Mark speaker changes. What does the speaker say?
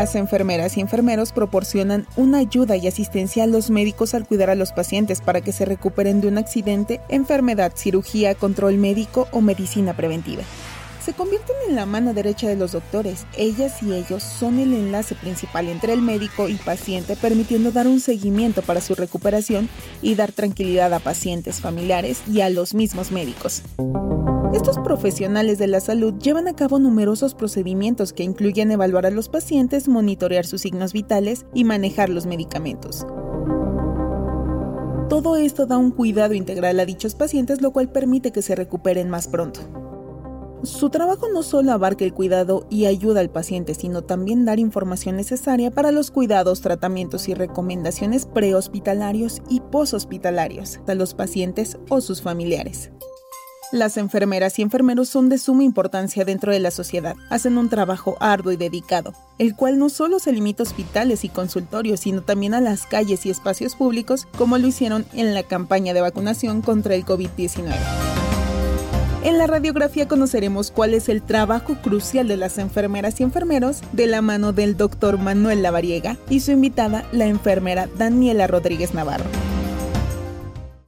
Speaker 1: Las enfermeras y enfermeros proporcionan una ayuda y asistencia a los médicos al cuidar a los pacientes para que se recuperen de un accidente, enfermedad, cirugía, control médico o medicina preventiva. Se convierten en la mano derecha de los doctores. Ellas y ellos son el enlace principal entre el médico y paciente, permitiendo dar un seguimiento para su recuperación y dar tranquilidad a pacientes, familiares y a los mismos médicos. Estos profesionales de la salud llevan a cabo numerosos procedimientos que incluyen evaluar a los pacientes, monitorear sus signos vitales y manejar los medicamentos. Todo esto da un cuidado integral a dichos pacientes, lo cual permite que se recuperen más pronto. Su trabajo no solo abarca el cuidado y ayuda al paciente, sino también dar información necesaria para los cuidados, tratamientos y recomendaciones prehospitalarios y poshospitalarios a los pacientes o sus familiares. Las enfermeras y enfermeros son de suma importancia dentro de la sociedad. Hacen un trabajo arduo y dedicado, el cual no solo se limita a hospitales y consultorios, sino también a las calles y espacios públicos, como lo hicieron en la campaña de vacunación contra el COVID-19. En la radiografía conoceremos cuál es el trabajo crucial de las enfermeras y enfermeros de la mano del Dr. Manuel Lavariega y su invitada, la enfermera Daniela Rodríguez Navarro.